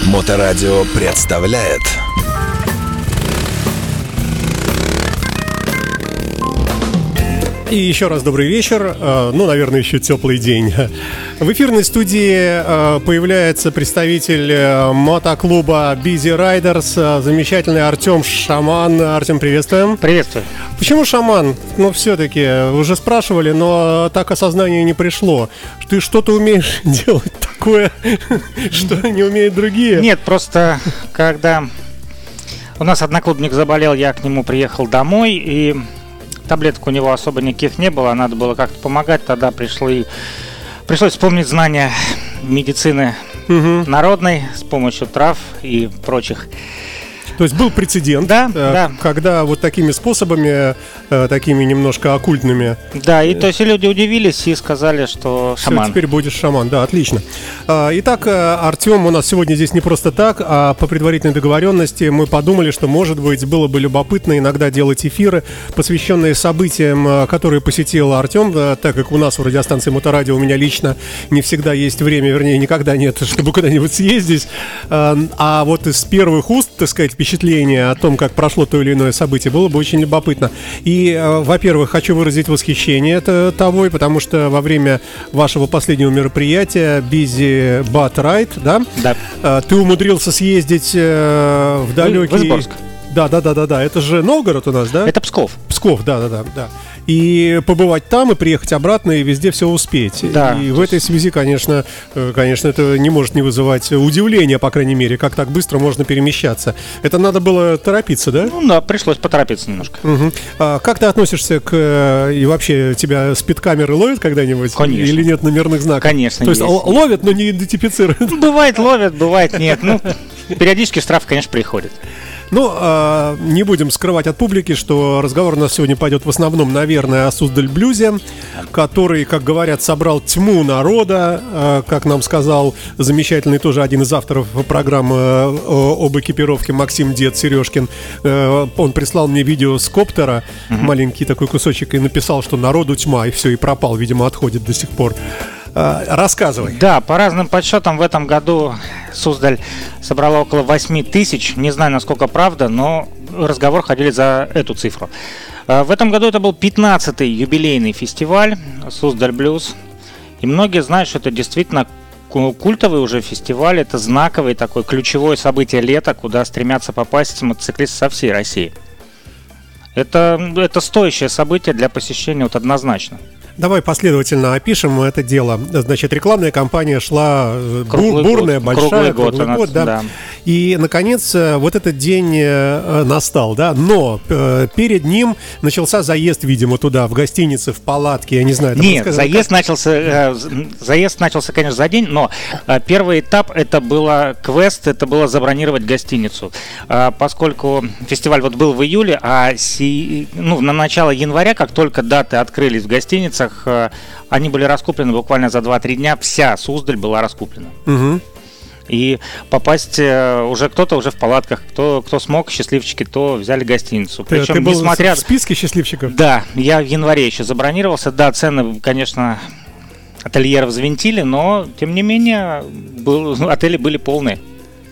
Моторадио представляет И еще раз добрый вечер, наверное, еще теплый день. В эфирной студии появляется представитель мотоклуба Busy Riders, замечательный Артем Шаман. Артем, приветствуем. Приветствую. Почему Шаман? Все-таки уже спрашивали, но так осознание не пришло. Ты что-то умеешь делать такое, что не умеют другие? Нет, просто когда у нас одноклубник заболел, я к нему приехал домой, и таблеток у него особо никаких не было, надо было как-то помогать, тогда пришлось вспомнить знания медицины народной с помощью трав и прочих. То есть был прецедент, да. Когда вот такими способами, такими немножко оккультными. Да, и то есть люди удивились и сказали, что шаман. Все, теперь будешь шаман, да, отлично. Итак, Артем у нас сегодня здесь не просто так, а по предварительной договоренности мы подумали, что, может быть, было бы любопытно иногда делать эфиры, посвященные событиям, которые посетил Артем, так как у нас в радиостанции Моторадио у меня лично не всегда есть время, вернее, никогда нет, чтобы куда-нибудь съездить. А вот из первых уст, так сказать, впечатление о том, как прошло то или иное событие, было бы очень любопытно. И, во-первых, хочу выразить восхищение тобой, потому что во время вашего последнего мероприятия Busy But Ride, да? Ты умудрился съездить в далекий... В Изборск. Да, это же Новгород у нас, да? Это Псков. Псков, да. И побывать там, и приехать обратно, и везде все успеть. Да. И в этой связи, конечно, это не может не вызывать удивления, по крайней мере, как так быстро можно перемещаться. Это надо было торопиться, да? Да, пришлось поторопиться немножко. Угу. Как ты относишься и вообще тебя спидкамеры ловят когда-нибудь? Конечно. Или нет номерных знаков? Конечно, То есть ловят, но не идентифицируют? Бывает ловят, бывает нет. Периодически штраф, конечно, приходит. Не будем скрывать от публики, что разговор у нас сегодня пойдет в основном, наверное, о Суздаль-блюзе, который, как говорят, собрал тьму народа, как нам сказал замечательный тоже один из авторов программы об экипировке Максим Дед Сережкин. Он прислал мне видео с коптера, маленький такой кусочек, и написал, что народу тьма, и все, и пропал, видимо, отходит до сих пор. Рассказывай. Да, по разным подсчетам в этом году Суздаль собрала около 8 тысяч. Не знаю, насколько правда, но разговор ходили за эту цифру. В этом году это был 15-й юбилейный фестиваль Суздаль Блюз. И многие знают, что это действительно культовый уже фестиваль. Это знаковый такой ключевое событие лета, куда стремятся попасть мотоциклисты со всей России. Это стоящее событие для посещения однозначно. Давай последовательно опишем это дело. Значит, рекламная кампания шла бурная, большая, круглый год, да. И, наконец, вот этот день настал, да. Но перед ним начался заезд, видимо, туда, в гостинице, в палатке, я не знаю. Нет, заезд начался, конечно, за день, но первый этап это было квест, это было забронировать гостиницу. Поскольку фестиваль был в июле, на начало января, как только даты открылись в гостиницах, они были раскуплены буквально за 2-3 дня. Вся Суздаль была раскуплена. Угу. И попасть кто-то уже в палатках, кто смог, счастливчики, кто взяли гостиницу. Причем, ты был в списке счастливчиков? Да, я в январе еще забронировался. Да, цены, конечно, ательеров взвинтили, но, тем не менее, отели были полные.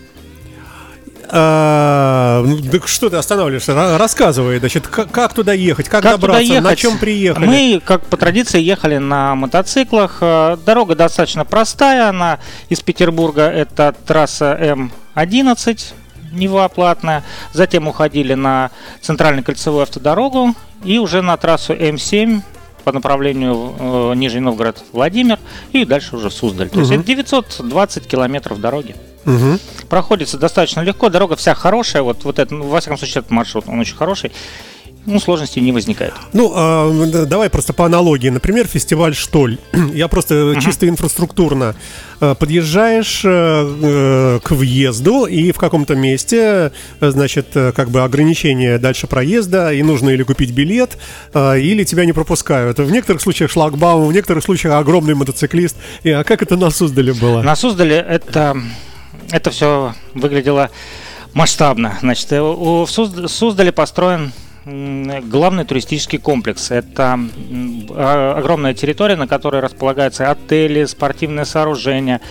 Так что ты останавливаешься? Рассказывай, значит, как туда ехать, как добраться, туда ехать? На чем приехали? Мы, как по традиции, ехали на мотоциклах. Дорога достаточно простая, она из Петербурга, это трасса М11, Нева платная. Затем уходили на центральную кольцевую автодорогу и уже на трассу М7 по направлению Нижний Новгород, Владимир, и дальше уже в Суздаль. То есть это 920 километров дороги. Проходится достаточно легко, дорога вся хорошая, это, во всяком случае, этот маршрут, он очень хороший, сложностей не возникает. Давай просто по аналогии, например, фестиваль «Штоль». Я просто чисто инфраструктурно подъезжаешь к въезду, и в каком-то месте, значит, ограничение дальше проезда, и нужно или купить билет, или тебя не пропускают. В некоторых случаях шлагбаум, в некоторых случаях огромный мотоциклист. А как это на Суздале было? На Суздале это все выглядело масштабно. Значит, в Суздале построен главный туристический комплекс. Это огромная территория, на которой располагаются отели, спортивные сооружения,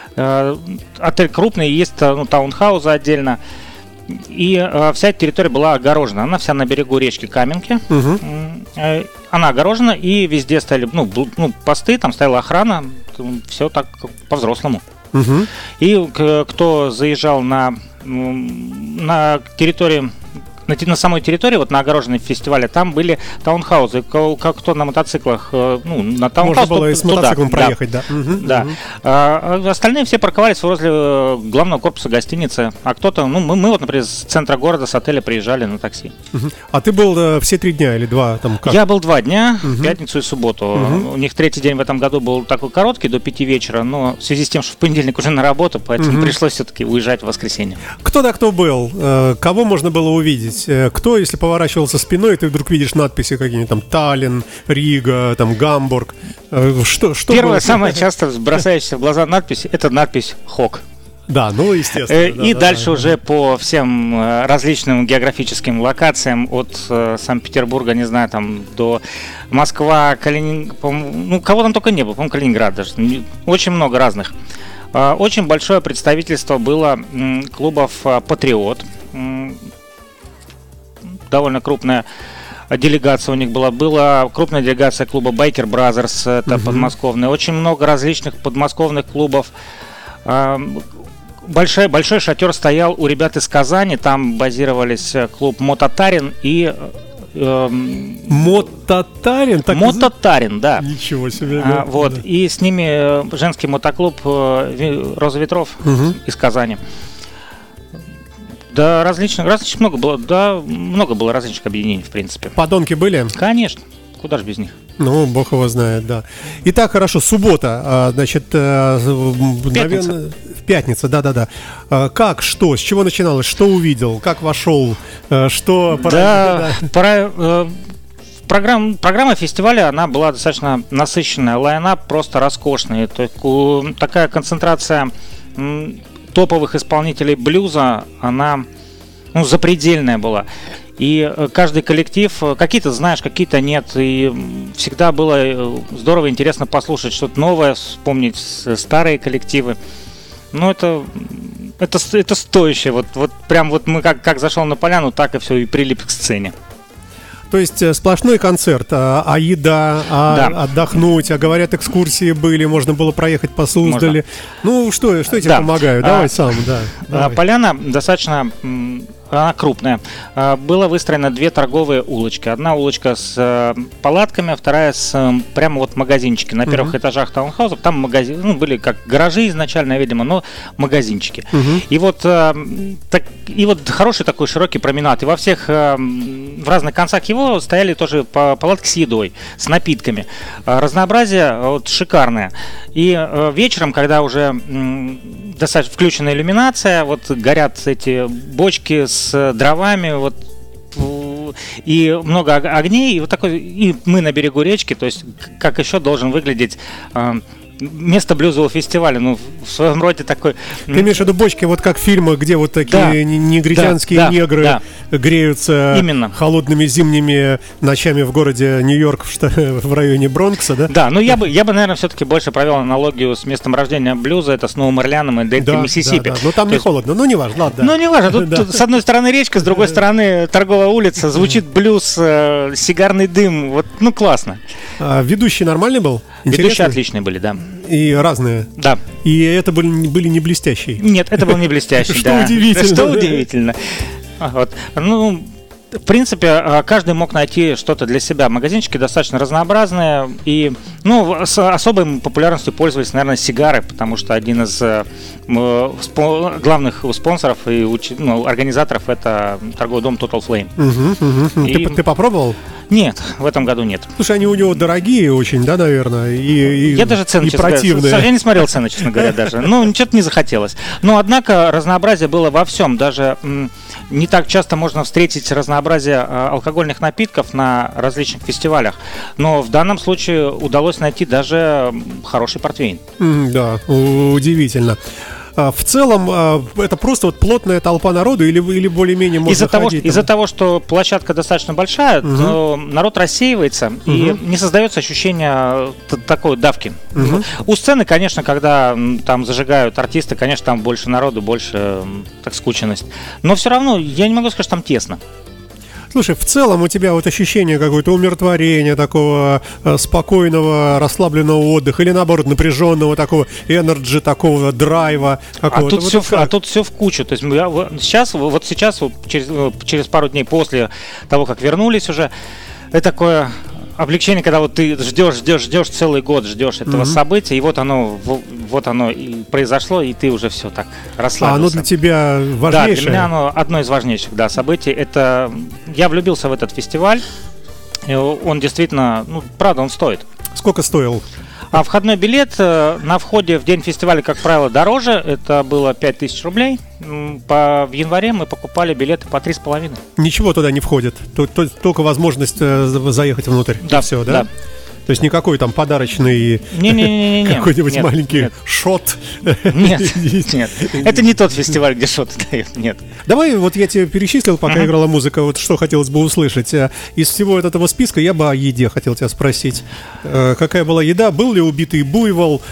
Отель крупный, есть таунхаузы отдельно. И вся эта территория была огорожена. Она вся на берегу речки Каменки. Она огорожена, и везде стояли посты, там стояла охрана. Все так по-взрослому. И кто заезжал на территории, на самой территории, вот на огороженной фестивале, там были таунхаузы. Кто на мотоциклах, на таунхаус, можно было и с мотоциклом проехать, да. Да. А остальные все парковались возле главного корпуса гостиницы. А кто-то, мы вот, например, с центра города, с отеля приезжали на такси. А ты был все 3 дня или 2? Там, как? Я был 2 дня, пятницу и субботу. У них 3-й день в этом году был такой короткий, до 5 вечера, но в связи с тем, что в понедельник уже на работу, поэтому пришлось все-таки уезжать в воскресенье. Кто был? Кого можно было увидеть? Кто, если поворачивался спиной, ты вдруг видишь надписи какие-нибудь, там, Таллин, Рига, там, Гамбург. Что Первая, было? самая часто бросающаяся в глаза надпись, это надпись «Хок». Да, естественно. И дальше уже по всем различным географическим локациям, от Санкт-Петербурга, не знаю, там, до Москва, Калининград, кого там только не было, по-моему, Калининград даже. Очень много разных. Очень большое представительство было клубов «Патриот». Довольно крупная делегация у них была крупная делегация клуба Biker Brothers, это подмосковная. Очень много различных подмосковных клубов. Большой шатер стоял у ребят из Казани, там базировались клуб Мототарин и... Мототарин? Мототарин, да. Ничего себе. Вот, да. И с ними женский мотоклуб «Роза ветров» из Казани. Да, различных много было различных объединений, в принципе. Подонки были? Конечно, куда же без них. Бог его знает, да. Итак, хорошо, суббота, наверное, пятница, да. Как, что, с чего начиналось, что увидел, как вошел, что... Программа фестиваля, она была достаточно насыщенная, лайнап просто роскошный. Такая концентрация топовых исполнителей блюза, она запредельная была. И каждый коллектив, какие-то знаешь, какие-то нет. И всегда было здорово, интересно послушать что-то новое, вспомнить старые коллективы. Это стоящее. Вот прям мы как зашел на поляну, так и все, и прилип к сцене. То есть сплошной концерт, а еда, отдохнуть, говорят, экскурсии были, можно было проехать по Суздали. Что я тебе помогаю? Давай сам, давай. Поляна достаточно... Она крупная. Было выстроено 2 торговые улочки. Одна улочка с палатками, вторая с прямо магазинчики. На первых этажах таунхаусов там магазин, были как гаражи изначально, видимо, но магазинчики. И вот хороший такой широкий променад. И во всех, в разных концах его стояли тоже палатки с едой, с напитками. Разнообразие шикарное. И вечером, когда уже достаточно включена иллюминация, горят эти бочки с дровами, и много огней, и мы на берегу речки, то есть как еще должен выглядеть место блюзового фестиваля, в своем роде такой... Ты имеешь в виду бочки, как фильмы, где такие негритянские негры греются холодными зимними ночами в городе Нью-Йорк в районе Бронкса, да? Да, я бы, наверное, все-таки больше провел аналогию с местом рождения блюза, это с Новым Орлеаном и Дельтой Миссисипи. Да. Там не холодно, не важно, ладно. Не важно, тут с одной стороны речка, с другой стороны торговая улица, звучит блюз, сигарный дым, классно. А ведущий нормальный был? Ведущие отличные были, да. И разные? Да. И это были не блестящие? Нет, это был не блестящий, Что удивительно. Что удивительно. В принципе, каждый мог найти что-то для себя. Магазинчики достаточно разнообразные. И, с особой популярностью пользовались, наверное, сигары, потому что один из главных спонсоров и организаторов — это торговый дом Total Flame. Ты попробовал? Нет, в этом году нет. Слушай, они у него дорогие очень, да, наверное? Я даже цены, и противные. Я не смотрел цены, честно говоря, даже. Что-то не захотелось. Но, однако, разнообразие было во всем. Даже не так часто можно встретить разнообразие алкогольных напитков на различных фестивалях. Но в данном случае удалось найти даже хороший портвейн. Да, удивительно. в целом это просто вот плотная толпа народу или более-менее можно ходить? Из-за того, что площадка достаточно большая, то народ рассеивается и не создается ощущение такой давки. У сцены, конечно, когда там зажигают артисты, конечно, там больше народу, больше так скученность. Но все равно я не могу сказать, что там тесно. Слушай, в целом у тебя вот ощущение какое-то умиротворения, такого спокойного, расслабленного отдыха, или наоборот напряженного такого энерджи, такого драйва какого-то. Тут все в кучу. То есть сейчас, через пару дней после того, как вернулись уже, это такое облегчение, когда вот ты ждешь целый год, ждешь этого события, и вот оно и произошло, и ты уже все так расслабился. Оно для тебя важнейшее? Да, для меня оно одно из важнейших, событий. Это я влюбился в этот фестиваль. Он действительно, правда, он стоит. Сколько стоил? А входной билет на входе в день фестиваля, как правило, дороже. Это было 5000 рублей. В январе мы покупали билеты по 3,5. Ничего туда не входит? Только возможность заехать внутрь? Да, все, да? Да. То есть никакой там подарочный какой-нибудь маленький шот? Нет. Это не тот фестиваль, где шоты дают, нет. Давай, вот я тебе перечислил, пока играла музыка, вот что хотелось бы услышать. Из всего этого списка я бы о еде хотел тебя спросить. Какая была еда? Был ли убитый буйвол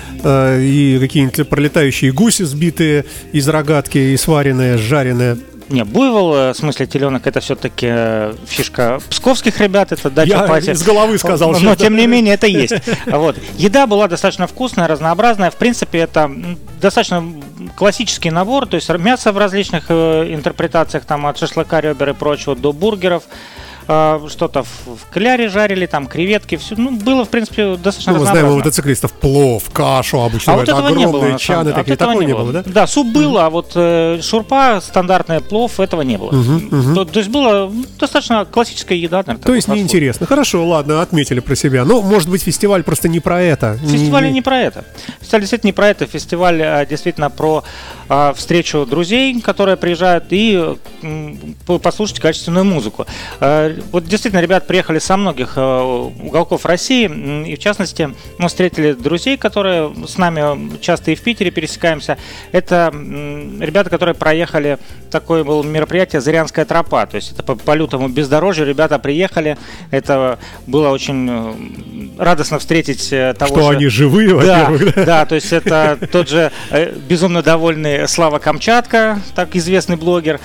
и какие-нибудь пролетающие гуси сбитые из рогатки и сваренные, жареные? Не, буйвол, в смысле теленок, это все-таки фишка псковских ребят, это дача пати. Я из головы сказал. Но тем не менее это есть. Вот. Еда была достаточно вкусная, разнообразная. В принципе, это достаточно классический набор, то есть мясо в различных интерпретациях, там от шашлыка, ребер и прочего до бургеров. Что-то в кляре жарили, там креветки, все, было, в принципе, достаточно разнообразно. Мы знаем у мотоциклистов плов, кашу обычно, вот этого огромные не было, чаны такие, такого не было, да? Да, суп был, а вот шурпа, стандартный плов, этого не было. То есть была достаточно классическая еда, наверное. То есть неинтересно. Хорошо, ладно, отметили про себя. Но, может быть, фестиваль просто не про это. Фестиваль не про это. Фестиваль действительно не про это. Фестиваль действительно про встречу друзей, которые приезжают, и послушать качественную музыку. Вот действительно, ребят приехали со многих уголков России, и в частности, мы встретили друзей, которые с нами часто и в Питере пересекаемся. Это ребята, которые проехали, такое было мероприятие «Зырянская тропа», то есть это по лютому бездорожью ребята приехали, это было очень радостно встретить того что же... они живые, во-первых. Да, то есть это тот же безумно довольный Слава Камчатка, так известный блогер.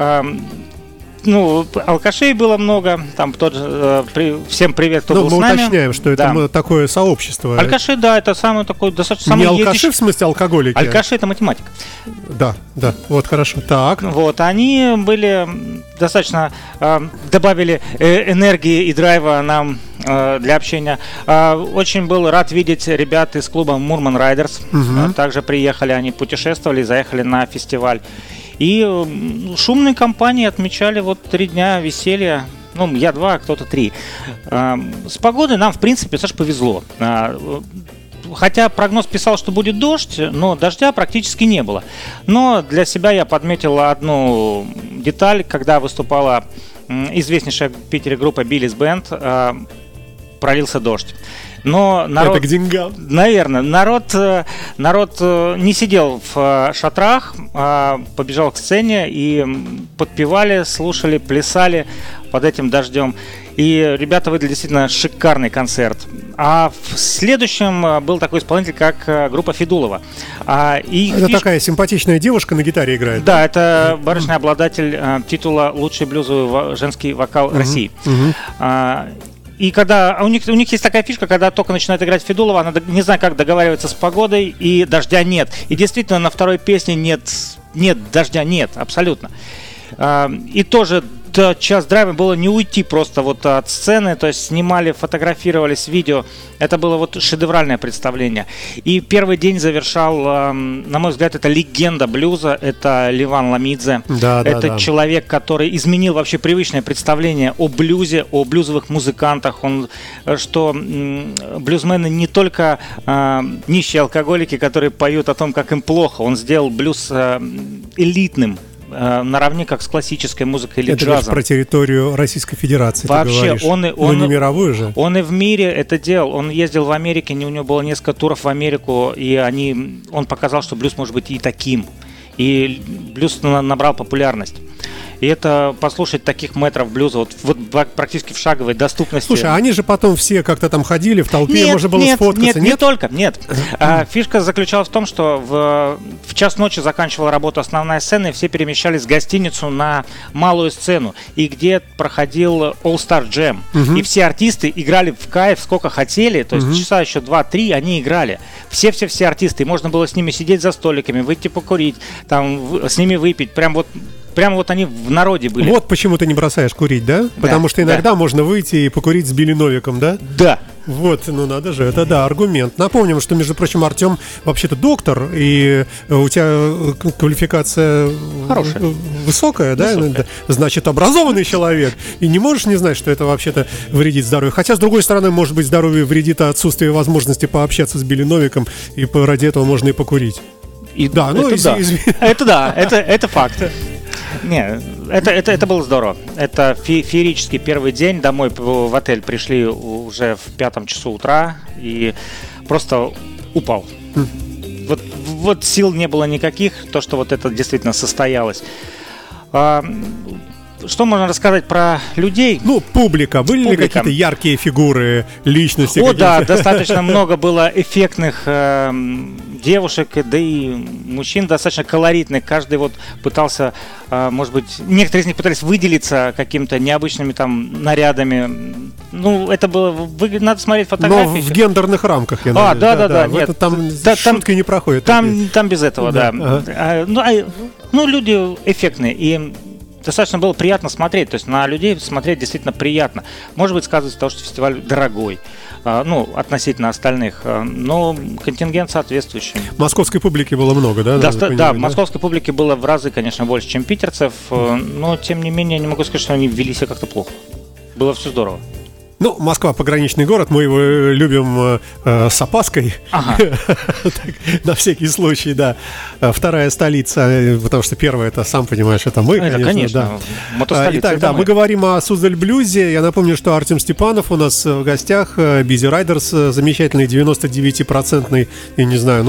Алкашей было много, там всем привет, кто был с нами. Мы уточняем, что это такое сообщество. Алкаши, да, это самый такой достаточно... Не алкаши, в смысле алкоголики? Алкаши — это математика. Да, вот хорошо. Так. Вот, они были достаточно... добавили энергии и драйва нам для общения. Очень был рад видеть ребят из клуба Мурман Райдерс. Также приехали, они путешествовали, заехали на фестиваль. И шумные компании отмечали 3 дня веселья. Я 2, а кто-то 3. С погодой нам, в принципе, Саш, повезло. Хотя прогноз писал, что будет дождь, но дождя практически не было. Но для себя я подметил одну деталь, когда выступала известнейшая в Питере группа Биллис Бенд, пролился дождь. Но народ, это к деньгам. Наверное, народ не сидел в шатрах, а побежал к сцене и подпевали, слушали, плясали под этим дождем. И ребята выдали действительно шикарный концерт. А в следующем был такой исполнитель, как группа Федулова. Такая симпатичная девушка на гитаре играет. Да, это барышня-обладатель титула «Лучший блюзовый женский вокал России». И когда у них есть такая фишка, когда только начинает играть Федулова, она не знает, как договариваться с погодой, и дождя нет. И действительно, на второй песне нет дождя, нет, абсолютно. И тоже час драйва было не уйти просто от сцены, то есть снимали, фотографировались, видео. Это было шедевральное представление. И первый день завершал, на мой взгляд, это легенда блюза, это Леван Ламидзе. Это человек, который изменил вообще привычное представление о блюзе, о блюзовых музыкантах. Что блюзмены не только нищие алкоголики, которые поют о том, как им плохо. Он сделал блюз элитным. наравне как с классической музыкой или это джазом. про территорию Российской Федерации. Вообще, он не мировую же. Он и в мире это делал. Он ездил в Америке, у него было несколько туров в Америку, и он показал, что блюз может быть и таким. И блюз набрал популярность. И это послушать таких мэтров блюза вот практически в шаговой доступности. Слушай, а они же потом все как-то там ходили в толпе, можно было сфоткаться. Нет, не только, нет. Фишка заключалась в том, что в час ночи заканчивала работу основная сцена, и все перемещались в гостиницу на малую сцену, и где проходил All Star Jam. И все артисты играли в кайф сколько хотели, то есть часа еще 2-3 они играли. Все артисты, и можно было с ними сидеть за столиками, выйти покурить, там с ними выпить, прям вот они в народе были. Вот почему ты не бросаешь курить, да? Потому что иногда можно выйти и покурить с Билли Новиком, да? Да. Вот, ну надо же, это да, аргумент. Напомним, что, между прочим, Артем вообще-то доктор, и у тебя квалификация хорошая, высокая, да? Значит, образованный человек. И не можешь не знать, что это вообще-то вредит здоровью. Хотя, с другой стороны, может быть, здоровью вредит отсутствие возможности пообщаться с Билли Новиком, и ради этого можно и покурить. И да, ну это факт. Не, это было здорово. Это феерический первый день. Домой в отель пришли уже в 5 часу утра и просто упал. Вот сил не было никаких, то, что вот это действительно состоялось. Что можно рассказать про людей? Ну, публика. Были ли какие-то яркие фигуры, личности? О, да, достаточно много было эффектных девушек, да и мужчин достаточно колоритных. Каждый вот пытался, может быть, некоторые из них пытались выделиться какими-то необычными там нарядами. Ну, это было, надо смотреть фотографии. Но в гендерных рамках, я надеюсь. Да. Нет, там шутки не проходят. Там без этого, да. Ну, люди эффектные, и достаточно было приятно смотреть, то есть на людей смотреть действительно приятно. Может быть, сказывается то, что фестиваль дорогой, относительно остальных, но контингент соответствующий. Московской публики было много, да? Да, московской публики было в разы, конечно, больше, чем питерцев, но, тем не менее, не могу сказать, что они вели себя как-то плохо. Было все здорово. Ну, Москва пограничный город, мы его любим с опаской. Ага. На всякий случай, да. Вторая столица, потому что первая, это, сам понимаешь, это мы, конечно. Да. Итак, да, мы говорим о Суздаль-блюзе. Я напомню, что Артем Степанов у нас в гостях, Busy Riders, замечательный 99%, я не знаю,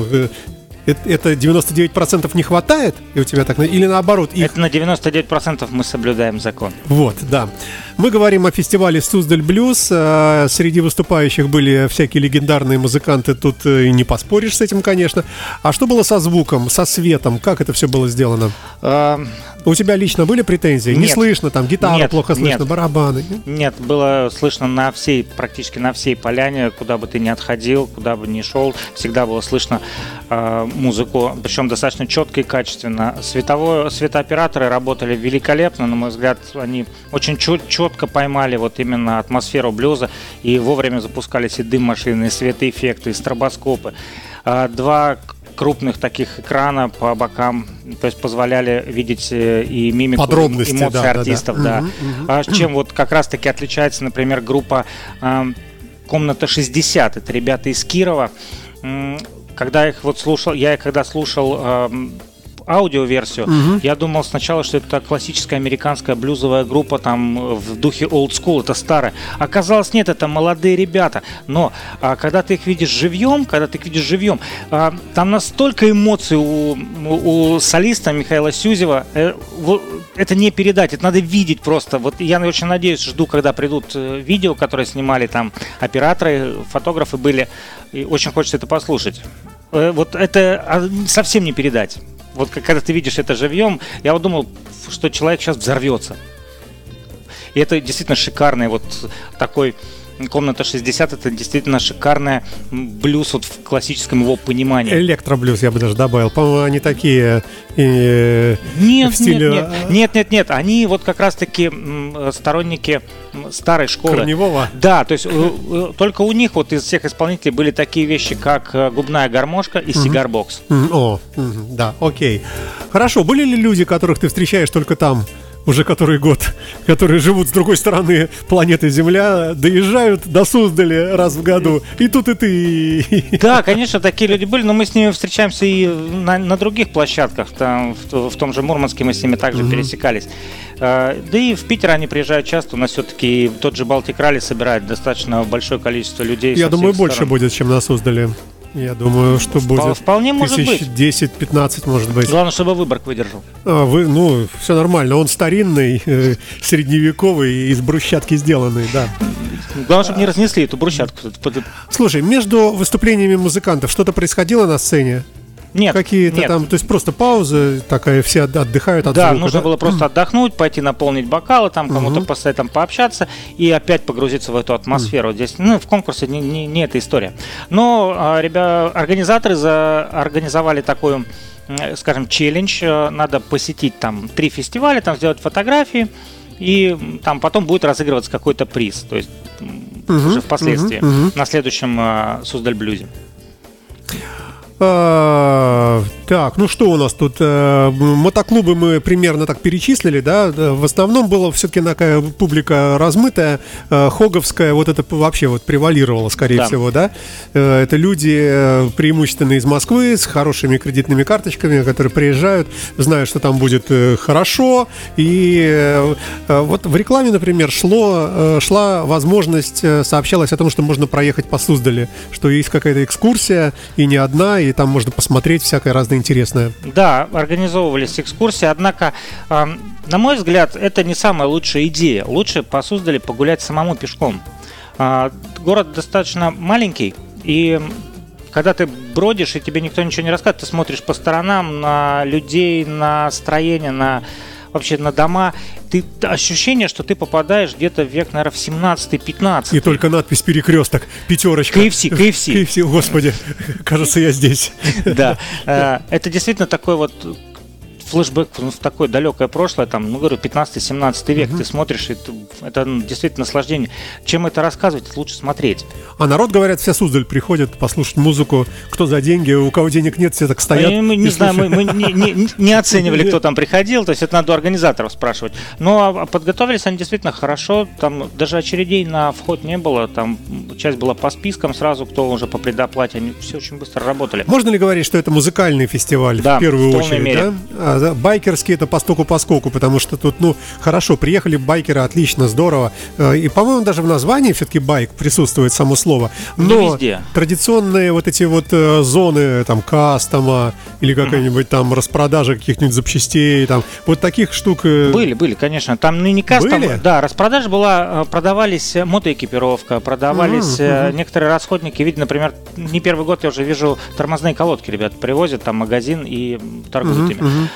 это 99% не хватает, и у тебя так, или наоборот? Это на 99% мы соблюдаем закон. Вот, да. Мы говорим о фестивале Суздаль Блюз. Среди выступающих были всякие легендарные музыканты. Тут и не поспоришь с этим, конечно. А что было со звуком, со светом? Как это все было сделано? У тебя лично были претензии? Нет. Не слышно, там гитара плохо слышно, барабаны? Нет, было слышно практически на всей поляне, куда бы ты ни отходил, куда бы ни шел, всегда было слышно музыку, причем достаточно четко и качественно. Светооператоры работали великолепно, на мой взгляд, они очень четко поймали вот именно атмосферу блюза и вовремя запускались и дым-машины, и светоэффекты, и стробоскопы. 2 крупных таких экрана по бокам, то есть позволяли видеть и мимику, подробности, эмоции артистов. Да. Чем вот как раз-таки отличается, например, группа «Комната 60», это ребята из Кирова. Когда я слушал аудиоверсию, я думал сначала, что это классическая американская блюзовая группа там в духе old school, это старая. Оказалось, нет, это молодые ребята. Но когда ты их видишь живьем, там настолько эмоций у солиста Михаила Сюзева, это не передать, это надо видеть просто. Вот я очень надеюсь, жду, когда придут видео, которые снимали там операторы, фотографы были, и очень хочется это послушать. Вот это совсем не передать. Вот когда ты видишь это живьем, я вот думал, что человек сейчас взорвется. И это действительно шикарный вот такой «Комната 60», это действительно шикарная блюз вот в классическом его понимании. Электроблюз, я бы даже добавил. По-моему, они такие в стиле... Нет. Они вот как раз-таки сторонники старой школы. Корневого? Да, то есть только у них вот из всех исполнителей были такие вещи, как губная гармошка и сигарбокс. Да, окей. Хорошо, были ли люди, которых ты встречаешь только там, уже который год, которые живут с другой стороны планеты Земля, доезжают до Суздаля раз в году. И тут и ты. Да, конечно, такие люди были, но мы с ними встречаемся и на других площадках. Там, в том же Мурманске мы с ними также пересекались. Да и в Питер они приезжают часто. У нас все-таки тот же Балтик Ралли собирает достаточно большое количество людей. Я думаю, больше будет, чем на Суздале. Я думаю, что будет вполне может быть. 10-15, может быть. Главное, чтобы Выборг выдержал. Все нормально. Он старинный, средневековый, из брусчатки сделанный, да. Главное, чтобы не разнесли эту брусчатку. Слушай, между выступлениями музыкантов что-то происходило на ссцене? Нет. Какие-то нет. там, то есть просто пауза такая, все отдыхают от звука. Да, нужно было просто отдохнуть, пойти наполнить бокалы, там кому-то постоять, там пообщаться и опять погрузиться в эту атмосферу. Здесь, в конкурсе не эта история. Но организаторы организовали такую, скажем, челлендж. Надо посетить там 3 фестиваля, там сделать фотографии, и там потом будет разыгрываться какой-то приз. То есть уже впоследствии, на следующем Суздаль-блюзе. Так, ну что у нас тут? Мотоклубы мы примерно так перечислили, да? В основном была все-таки такая публика размытая, хоговская, вот это вообще вот превалировало, скорее всего, да? Это люди преимущественно из Москвы с хорошими кредитными карточками, которые приезжают, знают, что там будет хорошо. И вот в рекламе, например, шла возможность, сообщалось о том, что можно проехать по Суздале, что есть какая-то экскурсия, и не одна, и там можно посмотреть всякое разное интересное. Да, организовывались экскурсии, однако, на мой взгляд, это не самая лучшая идея. Лучше по Суздале погулять самому пешком. Город достаточно маленький, и когда ты бродишь, и тебе никто ничего не рассказывает, ты смотришь по сторонам на людей, на строения, вообще на дома, ощущение, что ты попадаешь где-то в век, наверное, в 17-15. И только надпись «Перекресток», пятерочка. KFC. Господи, кажется, я здесь. Да, это действительно такой вот флешбэк в такое далекое прошлое, там, говорю, 15-17 век, ты смотришь, и это действительно наслаждение. Чем это рассказывать, лучше смотреть. А народ, говорят, вся Суздаль приходит послушать музыку, кто за деньги, у кого денег нет, все так стоят. Мы не знаем, мы не оценивали, кто там приходил, то есть это надо у организаторов спрашивать. Но подготовились они действительно хорошо, там даже очередей на вход не было, там часть была по спискам сразу, кто уже по предоплате, они все очень быстро работали. Можно ли говорить, что это музыкальный фестиваль, в первую очередь, мере. Да? Байкерский это постоку-поскоку, потому что тут, хорошо, приехали байкеры, отлично, здорово. И, по-моему, даже в названии все-таки байк присутствует само слово. Но традиционные вот эти вот зоны, там, кастома или какая-нибудь там распродажа каких-нибудь запчастей, там, вот таких штук... Были, конечно. Там не кастом, да, распродажа была, продавались мотоэкипировка, продавались некоторые расходники. Видите, например, не первый год я уже вижу тормозные колодки, ребята привозят, там магазин и торгуют ими.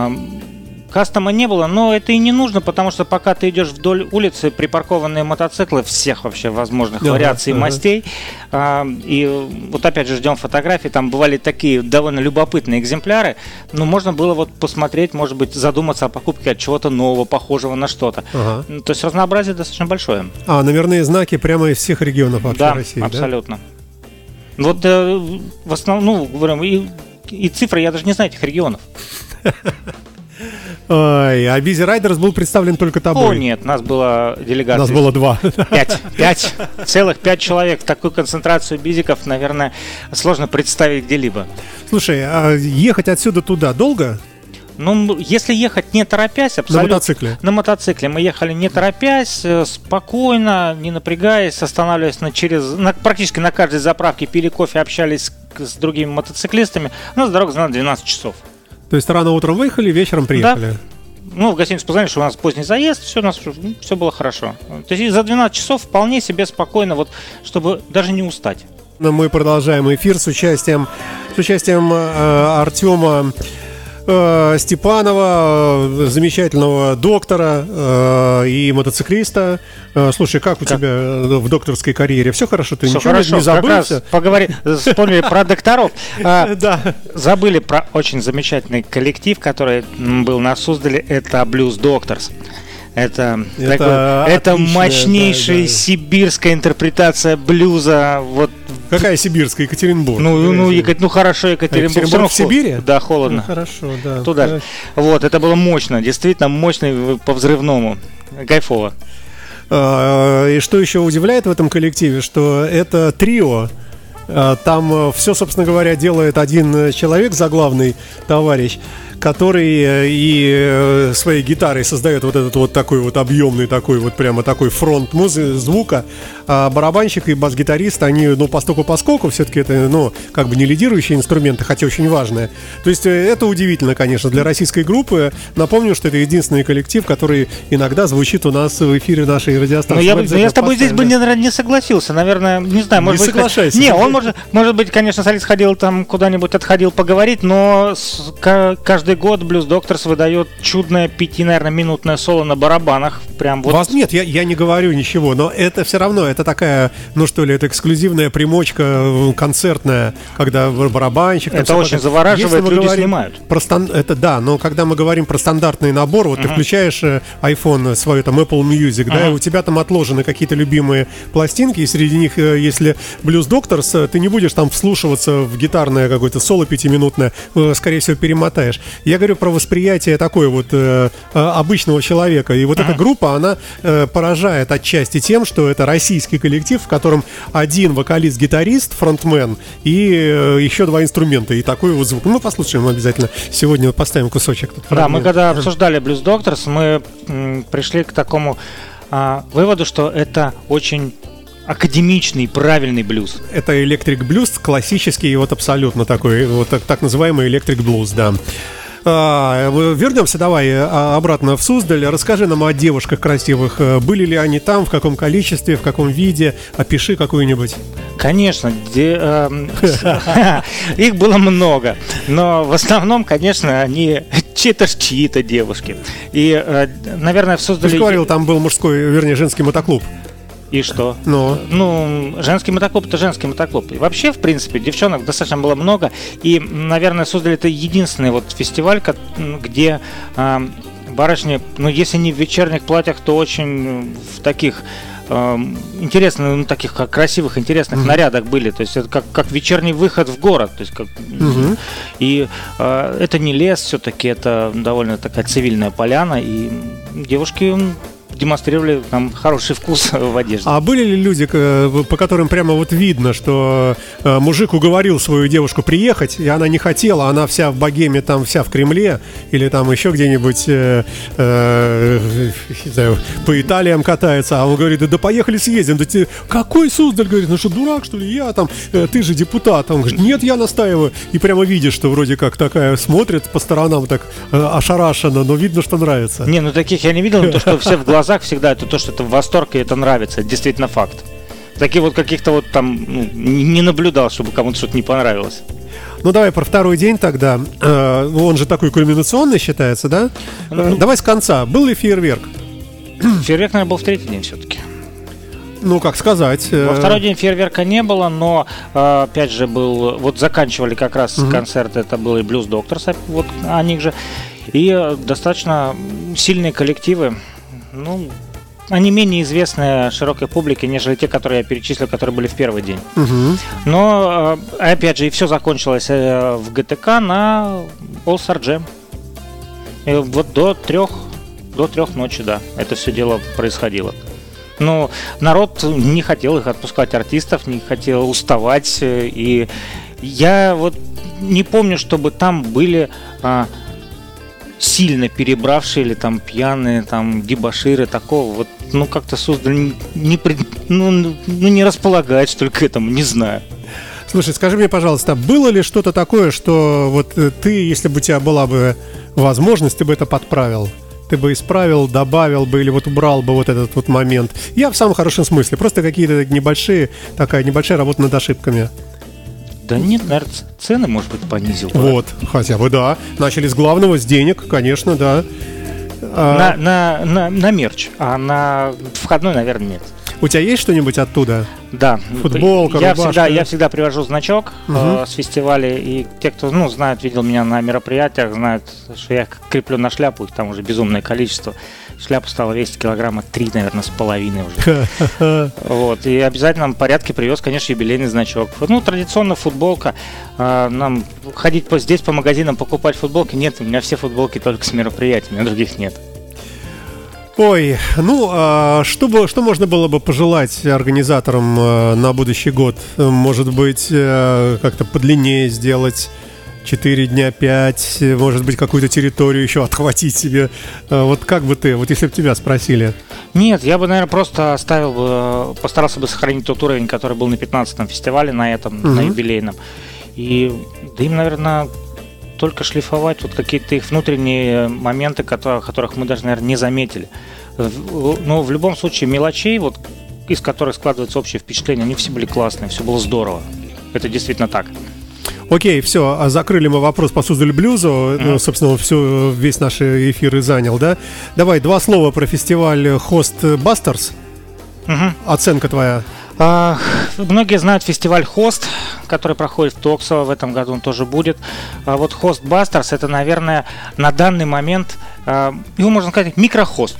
Кастома не было, но это и не нужно, потому что пока ты идешь вдоль улицы, припаркованные мотоциклы всех вообще возможных вариаций мастей. И вот опять же ждем фотографий, там бывали такие довольно любопытные экземпляры, но можно было вот посмотреть, может быть, задуматься о покупке от чего-то нового, похожего на что-то. То есть разнообразие достаточно большое. Номерные знаки прямо из всех регионов вообще России, абсолютно. Да? Вот в основном, говорим, и цифры, я даже не знаю этих регионов. Ой, а Busy Riders был представлен только тобой. О, нет, нас была делегация. Нас было 2. 5 человек. Такую концентрацию бизиков, наверное, сложно представить где-либо. Слушай, а ехать отсюда туда долго? Если ехать не торопясь, абсолютно. На мотоцикле? На мотоцикле. Мы ехали не торопясь, спокойно, не напрягаясь, останавливаясь практически на каждой заправке, пили кофе, общались с другими мотоциклистами. У нас дорога заняла 12 часов. То есть рано утром выехали, вечером приехали? Да. В гостиницу позвонили, что у нас поздний заезд, все было хорошо. То есть за 12 часов вполне себе спокойно, вот, чтобы даже не устать. Мы продолжаем эфир с участием Артема Степанова, замечательного доктора и мотоциклиста. Слушай, как у тебя в докторской карьере? Все хорошо? Ты все ничего хорошо. не забылся? Вспомнили про докторов. Забыли про очень замечательный коллектив, который был на Суздале. Это Blues Doctors. Это отличная, мощнейшая сибирская интерпретация блюза. Вот. Какая сибирская? Екатеринбург. Хорошо, Екатеринбург в Сибири? Да, холодно. Хорошо, да. Туда же. Вот, это было мощно, действительно мощно по взрывному. Кайфово. И что еще удивляет в этом коллективе, что это трио. Там все, собственно говоря, делает один человек, заглавный товарищ, который и своей гитарой создает вот этот вот такой вот объемный, такой вот прямо такой фронт звука, а барабанщик и бас-гитарист, они, постольку-поскольку, все-таки это, как бы не лидирующие инструменты, хотя очень важные. То есть это удивительно, конечно, для российской группы. Напомню, что это единственный коллектив, который иногда звучит у нас в эфире нашей радиостанции. Я с тобой здесь бы не согласился, наверное, не знаю, может не быть... соглашайся. Не, он может быть, конечно, солист ходил там куда-нибудь, отходил поговорить, но каждый год Blues Doctors выдает чудное 5-минутное соло на барабанах. Прям вот. Нет, я не говорю ничего, но это все равно, это такая, это эксклюзивная примочка концертная, когда барабанщик... Это очень завораживает, люди снимают. Это да, но когда мы говорим про стандартный набор, вот ты включаешь iPhone свой, там, Apple Music, да, и у тебя там отложены какие-то любимые пластинки, и среди них, если Blues Doctors, ты не будешь там вслушиваться в гитарное какое-то соло 5-минутное, скорее всего, перемотаешь. Я говорю про восприятие такое вот обычного человека. И вот эта группа, она поражает отчасти тем, что это российский коллектив, в котором один вокалист-гитарист, фронтмен, и еще 2 инструмента. И такой вот звук. Послушаем обязательно. Сегодня поставим кусочек. Да, мы когда обсуждали Blues Doctors, мы пришли к такому выводу, что это очень академичный, правильный блюз. Это электрик-блюз, классический, вот абсолютно такой, вот так называемый электрик-блюз, да. Вернемся давай обратно в Суздаль. Расскажи нам о девушках красивых. Были ли они там, в каком количестве, в каком виде? Опиши какую-нибудь. Конечно, их было много. Но в основном, конечно, они чьи-то девушки. И, наверное, в Суздале... Ты же говорил, там был женский мотоклуб. И что? Женский мотоклуб — это женский мотоклуб. И вообще, в принципе, девчонок достаточно было много. И, наверное, Суздаль — это единственный вот фестиваль, где барышни, если не в вечерних платьях, то очень в таких интересных, таких красивых, интересных нарядах были. То есть это как вечерний выход в город. То есть И это не лес, все-таки это довольно такая цивильная поляна. И девушки демонстрировали нам хороший вкус в одежде. А были ли люди, по которым прямо вот видно, что мужик уговорил свою девушку приехать, и она не хотела, она вся в богеме, там вся в Кремле, или там еще где-нибудь не знаю, по Италиям катается, а он говорит, да поехали съездим. Да ты, какой Суздаль? Говорит, что дурак, что ли? Я там, ты же депутат. Он говорит, нет, я настаиваю. И прямо видишь, что вроде как такая смотрит по сторонам так ошарашенно, но видно, что нравится. Таких я не видел, но то, что все в глазах всегда, это то, что это восторг и это нравится, это действительно факт. Таких вот каких-то вот там не наблюдал, чтобы кому-то что-то не понравилось. Давай про второй день тогда. Он же такой кульминационный считается, да? Давай с конца. Был ли фейерверк? Фейерверк, наверное, был в третий день все-таки. Как сказать. Во второй день фейерверка не было, но опять же был. Вот заканчивали как раз концерт, это был и Blues Doctors, вот о них же. И достаточно сильные коллективы. Они менее известны широкой публике, нежели те, которые я перечислил, которые были в первый день. Но, опять же, и все закончилось в ГТК на All Star Jam. И вот до 3 ночи, да, это все дело происходило. Народ не хотел их отпускать, артистов, не хотел уставать. И я вот не помню, чтобы там были... сильно перебравшие или там пьяные, там дебоширы, такого вот, как-то Суздаль не располагает, что ли, к этому, не знаю. Слушай, скажи мне, пожалуйста, было ли что-то такое, что вот ты, если бы у тебя была бы возможность, ты бы это подправил? Ты бы исправил, добавил бы или вот убрал бы вот этот вот момент? Я в самом хорошем смысле, просто какие-то такая небольшая работа над ошибками. Да нет, наверное, цены, может быть, понизил. Вот, хотя бы, да. Начали с главного, с денег, конечно, да. На мерч, а на входной, наверное, нет. У тебя есть что-нибудь оттуда? Да. Футболка, рубашка? Я всегда привожу значок с фестиваля, и те, кто знают, видел меня на мероприятиях, знают, что я креплю на шляпу, их там уже безумное количество. Шляпа стала весить килограмма 3, наверное, с половиной уже. Вот. И обязательно в порядке привез, конечно, юбилейный значок. Традиционно футболка. Нам ходить здесь по магазинам покупать футболки нет, у меня все футболки только с мероприятий, у меня других нет. Ой, что можно было бы пожелать организаторам на будущий год? Может быть, как-то подлиннее сделать 4 дня, 5, может быть, какую-то территорию еще отхватить себе. Вот как бы ты, вот если бы тебя спросили? Нет, я бы, наверное, просто постарался бы сохранить тот уровень, который был на 15-м фестивале, на этом, на юбилейном. И да им, наверное, только шлифовать вот какие-то их внутренние моменты, которых мы даже, наверное, не заметили. Но в любом случае мелочей, вот из которых складывается общее впечатление, они все были классные, все было здорово. Это действительно так. Окей, все, закрыли мы вопрос по Суздаль блюзу. Собственно, весь наш эфир и занял, да? Давай 2 слова про фестиваль Host Busters. Оценка твоя. Многие знают фестиваль Host, который проходит в Токсово, в этом году он тоже будет. Вот Host Busters — это, наверное, на данный момент, его можно сказать, микрохост.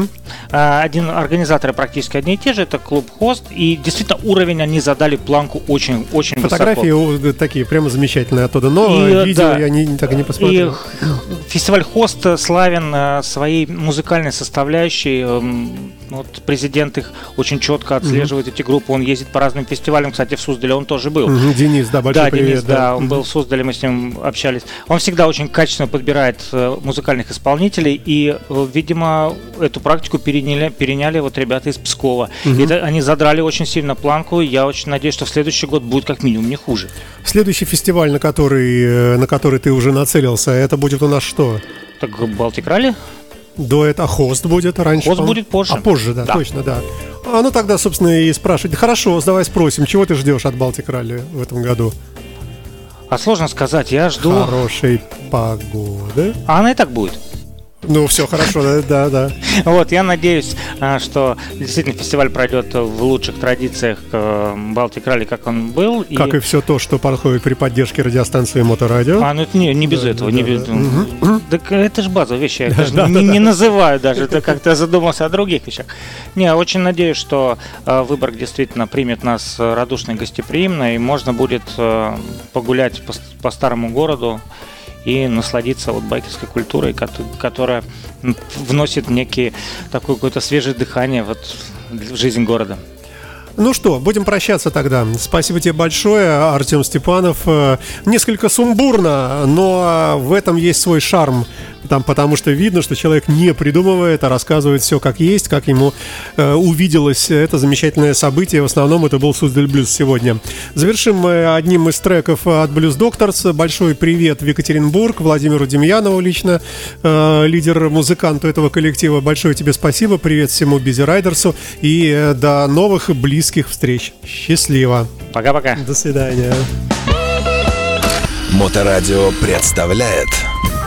Один организаторы практически одни и те же, это клуб Host, и действительно уровень они задали планку очень-очень высоко. Фотографии такие прямо замечательные оттуда, но видео я так и не посмотрел. И фестиваль Host славен своей музыкальной составляющей. Вот президент их очень четко отслеживает, эти группы. Он ездит по разным фестивалям. Кстати, в Суздале он тоже был. Денис, да, большой привет. Денис, да, он был в Суздале, мы с ним общались. Он всегда очень качественно подбирает музыкальных исполнителей. И, видимо, эту практику переняли вот ребята из Пскова. И они задрали очень сильно планку. Я очень надеюсь, что в следующий год будет как минимум не хуже. Следующий фестиваль, на который ты уже нацелился, это будет у нас что? Так, Балтик Ралли. Хост будет раньше. Хост будет позже. Позже, да, точно, да. Тогда, собственно, и спрашивать. Хорошо, давай спросим, чего ты ждешь от Балтик Ралли в этом году? Сложно сказать, я жду... Хорошей погоды. Она и так будет. Все хорошо, да. Вот, я надеюсь, что действительно фестиваль пройдет в лучших традициях Балтик Ралли, как он был. Как и все то, что проходит при поддержке радиостанции Моторадио. Это не без этого. Так это же базовая вещь, я не называю даже, это как-то задумался о других вещах. Очень надеюсь, что Выборг действительно примет нас радушно и гостеприимно, и можно будет погулять по старому городу и насладиться байкерской культурой, которая вносит некие такое какое-то свежее дыхание в жизнь города. Будем прощаться тогда. Спасибо тебе большое, Артем Степанов. Несколько сумбурно, но в этом есть свой шарм. Потому что видно, что человек не придумывает, а рассказывает все как есть, как ему увиделось это замечательное событие. В основном это был Суздаль Блюз сегодня. Завершим мы одним из треков от Blues Doctors. Большой привет в Екатеринбург, Владимиру Демьянову лично, лидер-музыканту этого коллектива. Большое тебе спасибо, привет всему Бизи Райдерсу и до новых близких встреч. Счастливо. Пока-пока. До свидания. Моторадио представляет